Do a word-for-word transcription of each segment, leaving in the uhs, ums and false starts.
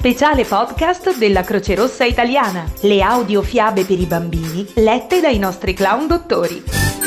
speciale podcast della Croce Rossa Italiana, le audiofiabe per i bambini lette dai nostri clown dottori.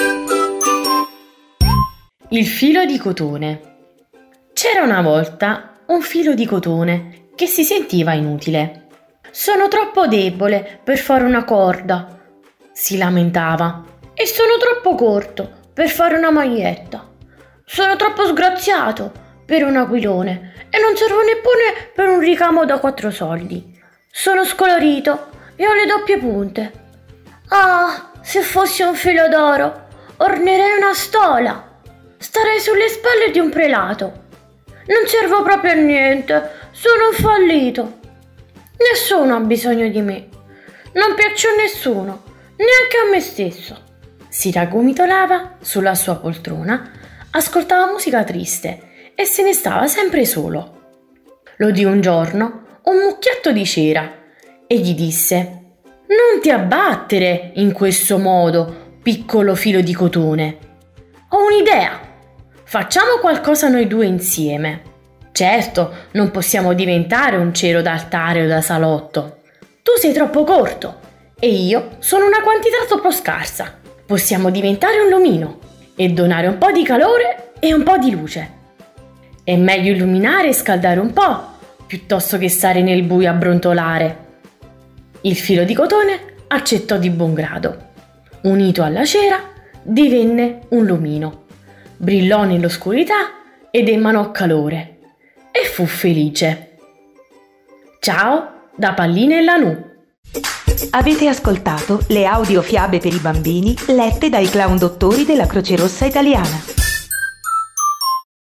Il filo di cotone. C'era una volta un filo di cotone che si sentiva inutile. Sono troppo debole per fare una corda, si lamentava, e sono troppo corto per fare una maglietta. Sono troppo sgraziato per un aquilone e non servo neppure per un ricamo da quattro soldi. Sono scolorito e ho le doppie punte. Ah, se fossi un filo d'oro, ornerei una stola. Starei sulle spalle di un prelato. Non servo proprio a niente, sono un fallito. Nessuno ha bisogno di me. Non piaccio a nessuno, neanche a me stesso. Si raggomitolava sulla sua poltrona, ascoltava musica triste e se ne stava sempre solo. Lo udì un giorno un mucchietto di cera e gli disse: «Non ti abbattere in questo modo, piccolo filo di cotone. Ho un'idea. Facciamo qualcosa noi due insieme. Certo, non possiamo diventare un cero d'altare o da salotto. Tu sei troppo corto e io sono una quantità troppo scarsa. Possiamo diventare un lumino e donare un po' di calore e un po' di luce. È meglio illuminare e scaldare un po', piuttosto che stare nel buio a brontolare». Il filo di cotone accettò di buon grado. Unito alla cera, divenne un lumino. Brillò nell'oscurità ed emanò calore. E fu felice. Ciao da Pallina e Lanù. Avete ascoltato le audiofiabe per i bambini lette dai clown dottori della Croce Rossa Italiana.